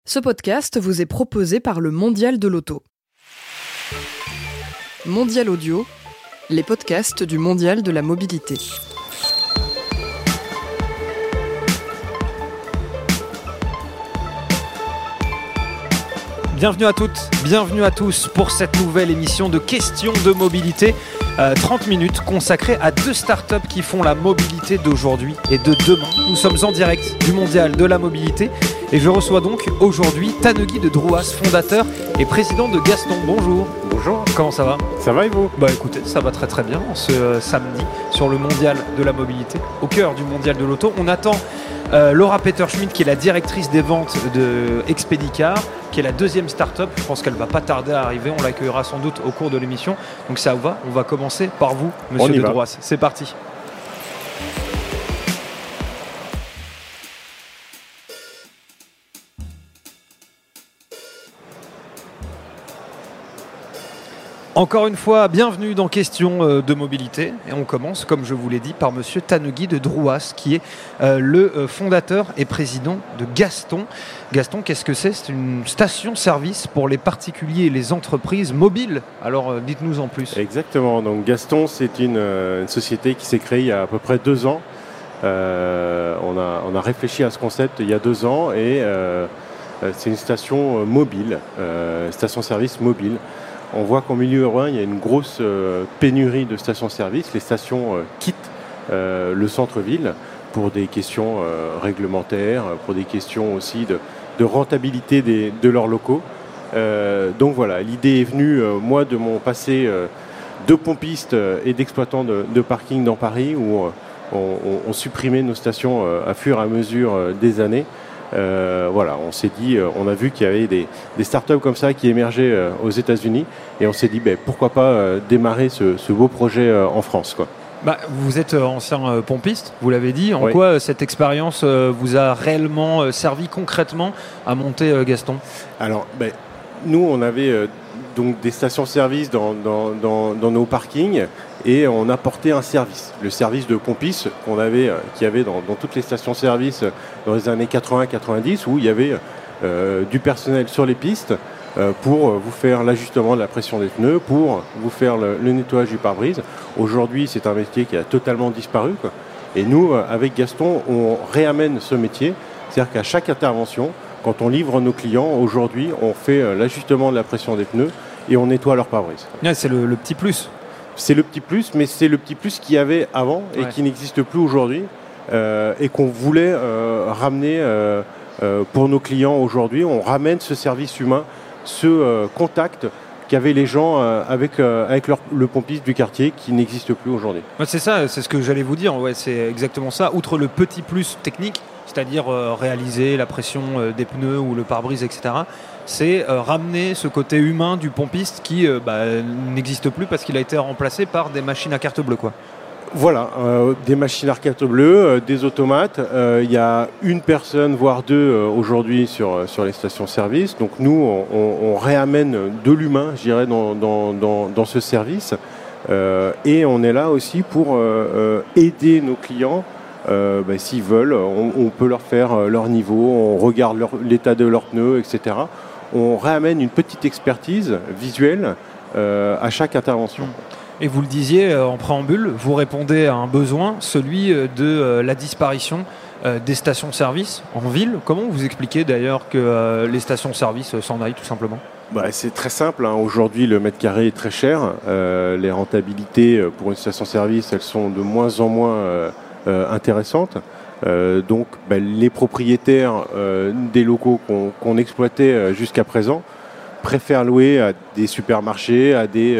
Ce podcast vous est proposé par le Mondial de l'Auto. Mondial Audio, les podcasts du Mondial de la mobilité. Bienvenue à toutes, bienvenue à tous pour cette nouvelle émission de questions de mobilité. 30 minutes consacrées à deux startups qui font la mobilité d'aujourd'hui et de demain. Nous sommes en direct du Mondial de la mobilité et je reçois donc aujourd'hui Tanguy de Drouas, fondateur et président de Gaston. Bonjour. Bonjour. Comment ça va ? Ça va et vous ? Bah écoutez, ça va très très bien ce samedi sur le Mondial de la mobilité, au cœur du Mondial de l'Auto. On attend Laura Peterschmidt qui est la directrice des ventes de Expedicar, qui est la deuxième start-up. Je pense qu'elle ne va pas tarder à arriver. On l'accueillera sans doute au cours de l'émission. Donc ça va, on va commencer par vous, monsieur de Drouas. C'est parti. Encore une fois, bienvenue dans Questions de mobilité. Et on commence, comme je vous l'ai dit, par monsieur Tanguy de Drouas, qui est le fondateur et président de Gaston. Gaston, qu'est-ce que c'est ? C'est une station-service pour les particuliers et les entreprises mobiles. Alors, dites-nous en plus. Exactement. Donc, Gaston, c'est une société qui s'est créée il y a à peu près 2 ans. On a réfléchi à ce concept il y a 2 ans et c'est une station mobile, station-service mobile. On voit qu'en milieu urbain, il y a une grosse pénurie de stations-service. Les stations quittent le centre-ville pour des questions réglementaires, pour des questions aussi de rentabilité de leurs locaux. Donc voilà, l'idée est venue, moi, de mon passé de pompiste et d'exploitant de parking dans Paris, où on supprimait nos stations à fur et à mesure des années. Voilà, on s'est dit, on a vu qu'il y avait des startups comme ça qui émergeaient aux États-Unis et on s'est dit pourquoi pas démarrer ce beau projet en France, quoi. Vous êtes ancien pompiste, vous l'avez dit. En Oui. quoi cette expérience vous a réellement servi concrètement à monter Gaston ? Alors, nous, on avait donc des stations-service dans nos parkings et on apportait un service, le service de pompiste qu'il y avait dans toutes les stations-service dans les années 80-90, où il y avait du personnel sur les pistes pour vous faire l'ajustement de la pression des pneus, pour vous faire le nettoyage du pare-brise. Aujourd'hui, c'est un métier qui a totalement disparu, quoi. Et nous, avec Gaston, on réamène ce métier. C'est-à-dire qu'à chaque intervention, quand on livre nos clients, aujourd'hui, on fait l'ajustement de la pression des pneus et on nettoie leur pare-brise. Ouais, c'est le petit plus. C'est le petit plus, mais c'est le petit plus qu'il y avait avant et qui n'existe plus aujourd'hui et qu'on voulait ramener pour nos clients aujourd'hui. On ramène ce service humain, ce contact qu'avaient les gens avec le pompiste du quartier qui n'existe plus aujourd'hui. Ouais, c'est ça, c'est ce que j'allais vous dire. Ouais, c'est exactement ça. Outre le petit plus technique, c'est-à-dire réaliser la pression des pneus ou le pare-brise, etc., c'est ramener ce côté humain du pompiste qui n'existe plus parce qu'il a été remplacé par des machines à carte bleue, quoi. Voilà, des machines à carte bleue, des automates. Il y a une personne, voire deux aujourd'hui sur les stations-service. Donc nous, on réamène de l'humain, je dirais, dans ce service. Et on est là aussi pour aider nos clients. S'ils veulent, on peut leur faire leur niveau, on regarde l'état de leurs pneus, etc. On réamène une petite expertise visuelle à chaque intervention. Et vous le disiez en préambule, vous répondez à un besoin, celui de la disparition des stations-service en ville. Comment vous expliquez d'ailleurs que les stations-service s'en aillent tout simplement ? C'est très simple, hein. Aujourd'hui, le mètre carré est très cher. Les rentabilités pour une station-service, elles sont de moins en moins intéressantes. Donc les propriétaires des locaux qu'on exploitait jusqu'à présent préfèrent louer à des supermarchés, à des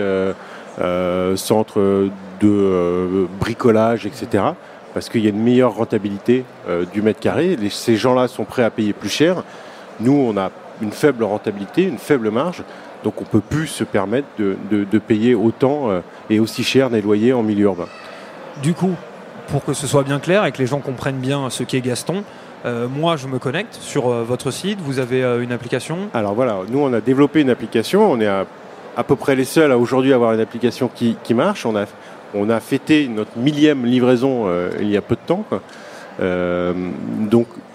centres de bricolage, etc. Parce qu'il y a une meilleure rentabilité du mètre carré. Ces gens-là sont prêts à payer plus cher. Nous, on a une faible rentabilité, une faible marge. Donc on ne peut plus se permettre de payer autant et aussi cher des loyers en milieu urbain. Du coup, pour que ce soit bien clair et que les gens comprennent bien ce qu'est Gaston, moi je me connecte sur votre site, vous avez une application. Alors voilà, nous on a développé une application, on est à peu près les seuls à aujourd'hui avoir une application qui marche. On a fêté notre 1000e livraison il y a peu de temps, quoi. Donc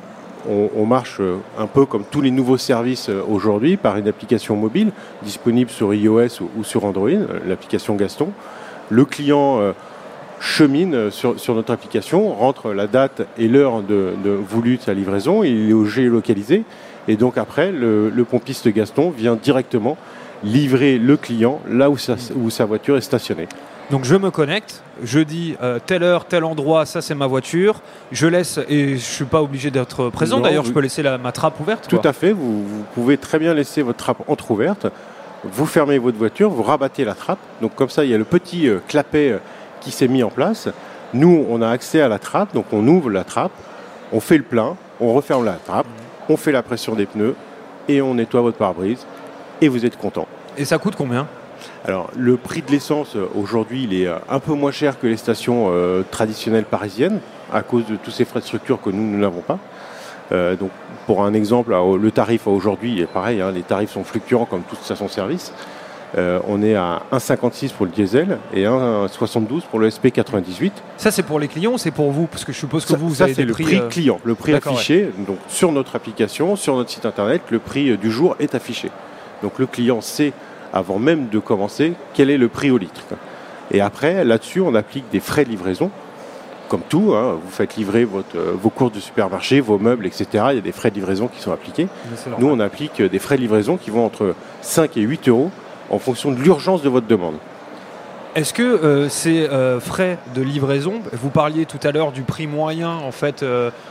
on marche un peu comme tous les nouveaux services aujourd'hui par une application mobile disponible sur iOS ou sur Android, l'application Gaston. Le client chemine sur notre application, rentre la date et l'heure voulue de sa livraison, il est géolocalisé et donc après le pompiste Gaston vient directement livrer le client là où sa voiture est stationnée. Donc je me connecte, je dis telle heure, tel endroit, ça c'est ma voiture, je laisse, et je ne suis pas obligé d'être présent, d'ailleurs je peux laisser ma trappe ouverte. Tout à fait, vous pouvez très bien laisser votre trappe entrouverte, vous fermez votre voiture, vous rabattez la trappe, donc comme ça il y a le petit clapet qui s'est mis en place. Nous on a accès à la trappe, donc on ouvre la trappe, on fait le plein, on referme la trappe, on fait la pression des pneus et on nettoie votre pare-brise et vous êtes content. Et ça coûte combien ? Alors, le prix de l'essence, aujourd'hui, il est un peu moins cher que les stations traditionnelles parisiennes, à cause de tous ces frais de structure que nous n'avons pas. Donc, pour un exemple, le tarif aujourd'hui est pareil, les tarifs sont fluctuants comme toute station-service. On est à 1,56 pour le diesel et 1,72 pour le SP98. Ça, c'est pour les clients ou c'est pour vous ? Parce que je suppose que vous avez des prix... Ça, c'est le prix client, le prix affiché. Ouais. Donc, sur notre application, sur notre site internet, le prix du jour est affiché. Donc, le client sait, avant même de commencer, quel est le prix au litre. Et après, là-dessus, on applique des frais de livraison, comme tout. Vous faites livrer vos courses de supermarché, vos meubles, etc. Il y a des frais de livraison qui sont appliqués. Nous, on applique des frais de livraison qui vont entre 5 et 8 euros en fonction de l'urgence de votre demande. Est-ce que ces frais de livraison, vous parliez tout à l'heure du prix moyen en fait,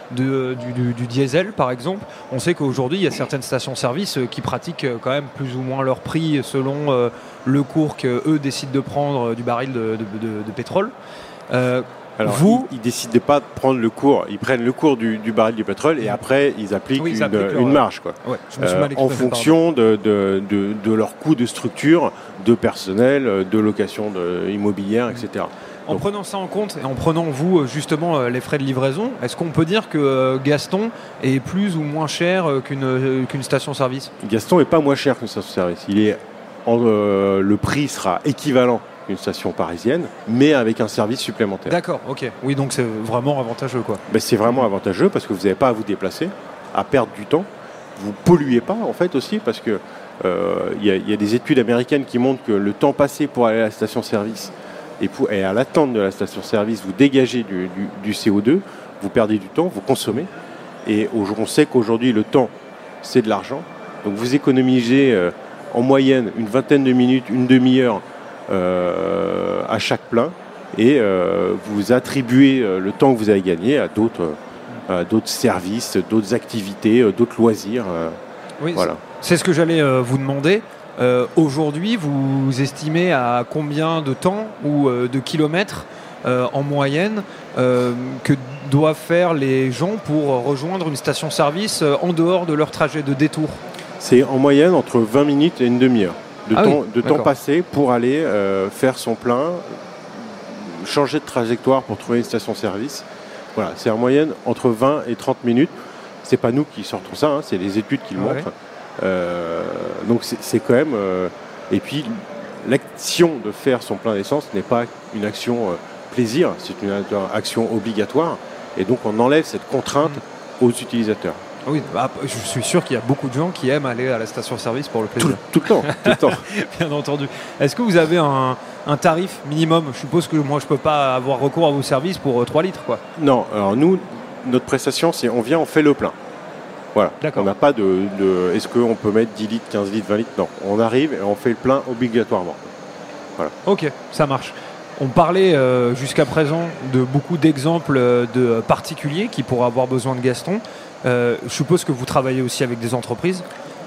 du diesel par exemple, on sait qu'aujourd'hui il y a certaines stations-service qui pratiquent quand même plus ou moins leur prix selon le cours qu'eux décident de prendre du baril de pétrole. Alors, ils décident pas de prendre le cours. Ils prennent le cours du baril du pétrole et après, ils appliquent une marge. Quoi. Ouais, je me suis mal exprimé, en fonction de leur coût de structure, de personnel, de location immobilière, etc. En prenant ça en compte et en prenant, vous, justement, les frais de livraison, est-ce qu'on peut dire que Gaston est plus ou moins cher qu'une station-service ? Gaston n'est pas moins cher qu'une station-service. Le prix sera équivalent une station parisienne, mais avec un service supplémentaire. D'accord, ok. Oui, donc c'est vraiment avantageux, quoi. C'est vraiment avantageux parce que vous n'avez pas à vous déplacer, à perdre du temps. Vous ne polluez pas, en fait, aussi, parce que y a des études américaines qui montrent que le temps passé pour aller à la station-service et à l'attente de la station-service, vous dégagez du CO2, vous perdez du temps, vous consommez. Et on sait qu'aujourd'hui, le temps, c'est de l'argent. Donc vous économisez en moyenne une vingtaine de minutes, une demi-heure à chaque plein et vous attribuez le temps que vous avez gagné à d'autres services, d'autres activités, d'autres loisirs. Oui, voilà. C'est ce que j'allais vous demander. Aujourd'hui, vous estimez à combien de temps ou de kilomètres en moyenne que doivent faire les gens pour rejoindre une station-service en dehors de leur trajet de détour ? C'est en moyenne entre 20 minutes et une demi-heure. De temps passé pour aller faire son plein, changer de trajectoire pour trouver une station-service. Voilà, c'est en moyenne entre 20 et 30 minutes. C'est pas nous qui sortons ça, c'est les études qui le montrent. Donc c'est quand même... et puis l'action de faire son plein d'essence n'est pas une action plaisir, c'est une action obligatoire. Et donc on enlève cette contrainte aux utilisateurs. Oui, je suis sûr qu'il y a beaucoup de gens qui aiment aller à la station-service pour le plaisir. Tout le temps. Bien entendu. Est-ce que vous avez un tarif minimum ? Je suppose que moi, je ne peux pas avoir recours à vos services pour 3 litres, quoi. Non, alors nous, notre prestation, c'est on vient, on fait le plein. Voilà. D'accord. On n'a pas est-ce qu'on peut mettre 10 litres, 15 litres, 20 litres ? Non, on arrive et on fait le plein obligatoirement. Voilà. Ok, ça marche. On parlait jusqu'à présent de beaucoup d'exemples de particuliers qui pourraient avoir besoin de Gaston. Je suppose que vous travaillez aussi avec des entreprises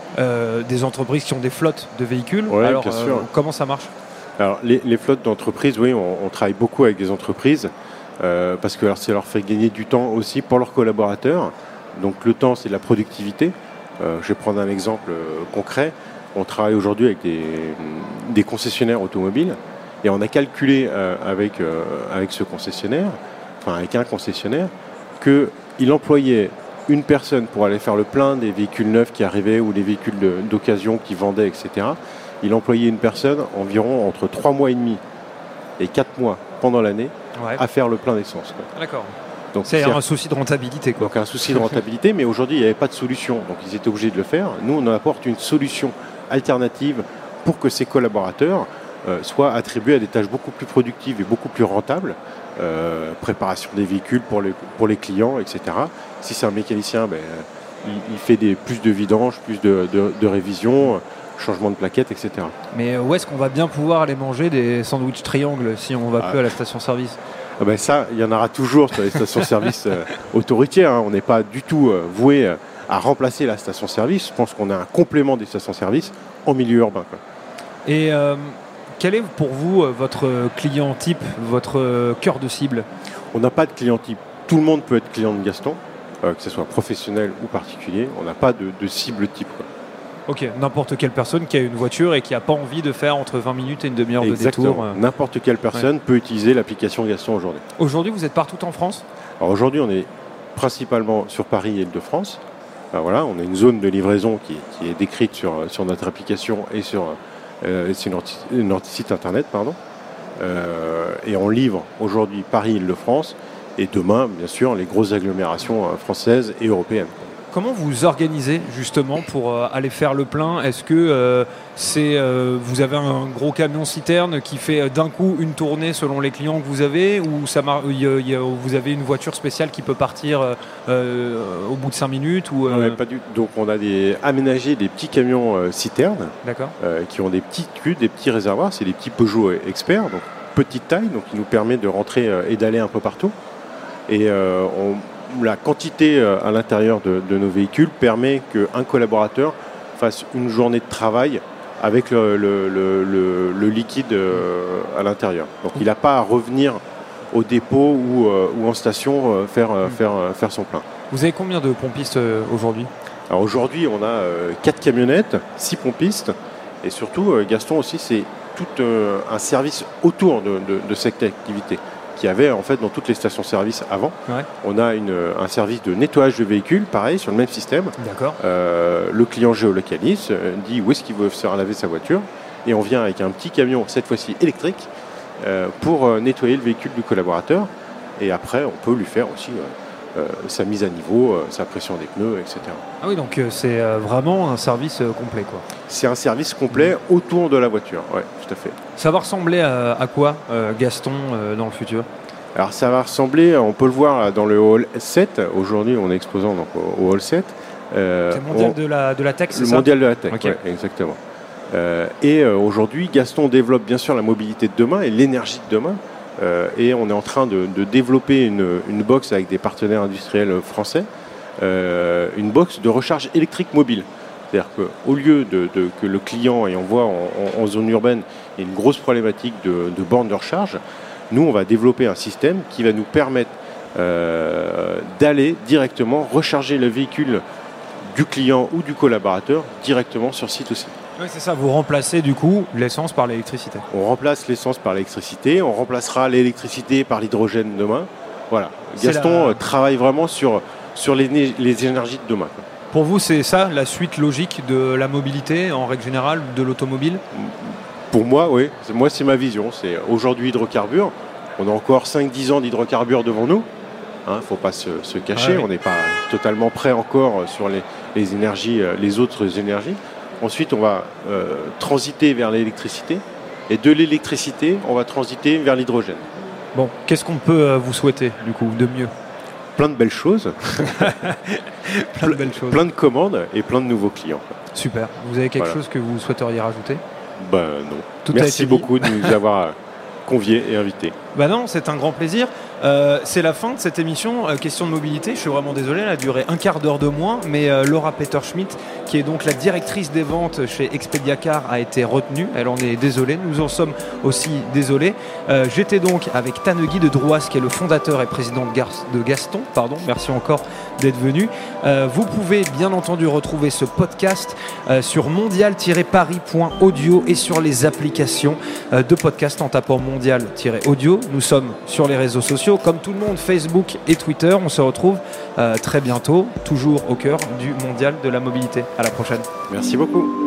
qui ont des flottes de véhicules. Oui, alors, bien sûr. Comment ça marche ? Alors, les flottes d'entreprises, oui, on travaille beaucoup avec des entreprises parce que ça leur fait gagner du temps aussi pour leurs collaborateurs. Donc, le temps, c'est de la productivité. Je vais prendre un exemple concret. On travaille aujourd'hui avec des concessionnaires automobiles et on a calculé avec ce concessionnaire, avec un concessionnaire, qu'il employait une personne pour aller faire le plein des véhicules neufs qui arrivaient ou des véhicules d'occasion qui vendaient, etc. Il employait une personne environ entre 3 mois et demi et 4 mois pendant l'année à faire le plein d'essence. D'accord. Donc, c'est un souci de rentabilité, quoi. Donc un souci de rentabilité, mais aujourd'hui il n'y avait pas de solution, donc ils étaient obligés de le faire. Nous, on apporte une solution alternative pour que ces collaborateurs soient attribués à des tâches beaucoup plus productives et beaucoup plus rentables. Préparation des véhicules pour les clients, etc. Si c'est un mécanicien, il fait plus de vidange, plus de révision, changement de plaquettes, etc. Mais où est-ce qu'on va bien pouvoir aller manger des sandwichs triangles si on va plus à la station-service ? Ça, il y en aura toujours sur les stations-service autoroutières. On n'est pas du tout voué à remplacer la station-service. Je pense qu'on est un complément des stations-service en milieu urbain, quoi. Et quel est pour vous votre client type, votre cœur de cible ? On n'a pas de client type. Tout le monde peut être client de Gaston, que ce soit professionnel ou particulier. On n'a pas de cible type, quoi. Ok, n'importe quelle personne qui a une voiture et qui n'a pas envie de faire entre 20 minutes et une demi-heure de détour. N'importe quelle personne peut utiliser l'application Gaston aujourd'hui. Aujourd'hui, vous êtes partout en France ? Alors aujourd'hui, on est principalement sur Paris et Île-de-France. Voilà, on a une zone de livraison qui est décrite sur notre application et sur notre site internet. Et on livre aujourd'hui Paris-Île-de-France et demain, bien sûr, les grosses agglomérations françaises et européennes. Comment vous organisez justement pour aller faire le plein ? Est-ce que vous avez un gros camion citerne qui fait d'un coup une tournée selon les clients que vous avez, ou vous avez une voiture spéciale qui peut partir au bout de 5 minutes ou, pas du... Donc on a aménagé des petits camions citernes qui ont des petites cuves, des petits réservoirs, c'est des petits Peugeot experts, donc petite taille, donc qui nous permet de rentrer et d'aller un peu partout. Et la quantité à l'intérieur de nos véhicules permet qu'un collaborateur fasse une journée de travail avec le liquide à l'intérieur. Donc il n'a pas à revenir au dépôt ou en station faire son plein. Vous avez combien de pompistes aujourd'hui ? Alors aujourd'hui, on a 4 camionnettes, 6 pompistes, et surtout Gaston aussi, c'est tout un service autour de cette activité qu'il y avait en fait dans toutes les stations-service avant. Ouais. On a un service de nettoyage de véhicules, pareil, sur le même système. D'accord. Le client géolocalise, dit où est-ce qu'il veut se faire laver sa voiture, et on vient avec un petit camion, cette fois-ci électrique, pour nettoyer le véhicule du collaborateur. Et après, on peut lui faire aussi sa mise à niveau, sa pression des pneus, etc. Ah oui, donc c'est vraiment un service complet, quoi. C'est un service complet autour de la voiture, oui, tout à fait. Ça va ressembler à quoi, Gaston, dans le futur ? Alors ça va ressembler, on peut le voir dans le hall 7. Aujourd'hui, on est exposant donc, au hall 7. C'est le mondial de la tech, c'est ça ? Le mondial de la tech, okay. Ouais, exactement. Aujourd'hui, Gaston développe bien sûr la mobilité de demain et l'énergie de demain. Et on est en train de développer une box avec des partenaires industriels français, une box de recharge électrique mobile. C'est-à-dire qu'au lieu que le client, et on voit en zone urbaine, il y a une grosse problématique de bornes de recharge, nous on va développer un système qui va nous permettre d'aller directement recharger le véhicule du client ou du collaborateur directement sur site aussi. Oui, c'est ça, vous remplacez du coup l'essence par l'électricité. On remplace l'essence par l'électricité, on remplacera l'électricité par l'hydrogène demain. Voilà, Gaston travaille vraiment sur les énergies de demain, quoi. Pour vous, c'est ça la suite logique de la mobilité en règle générale, de l'automobile ? Pour moi, oui. Moi, c'est ma vision. C'est aujourd'hui hydrocarbures. On a encore 5-10 ans d'hydrocarbures devant nous. Il ne faut pas se cacher. Ouais, oui. On n'est pas totalement prêt encore sur les énergies, les autres énergies. Ensuite, on va transiter vers l'électricité. Et de l'électricité, on va transiter vers l'hydrogène. Bon, qu'est-ce qu'on peut vous souhaiter, du coup, de mieux ? Plein de belles choses. Plein de commandes et plein de nouveaux clients. Super. Vous avez quelque chose que vous souhaiteriez rajouter ? Non. Merci beaucoup de nous avoir conviés et invités. Non, c'est un grand plaisir. C'est la fin de cette émission Question de mobilité. Je suis vraiment désolé, elle a duré un quart d'heure de moins, mais Laura Peter-Schmidt, qui est donc la directrice des ventes chez Expedia Car, a été retenue. Elle en est désolée, nous en sommes aussi désolés. J'étais donc avec Tanguy de Drouas, qui est le fondateur et président de Gaston. Merci encore d'être venu. Vous pouvez bien entendu retrouver ce podcast sur mondial-paris.audio et sur les applications de podcast en tapant mondial-audio. Nous sommes sur les réseaux sociaux, comme tout le monde, Facebook et Twitter. On se retrouve très bientôt, toujours au cœur du mondial de la mobilité. À la prochaine. Merci beaucoup.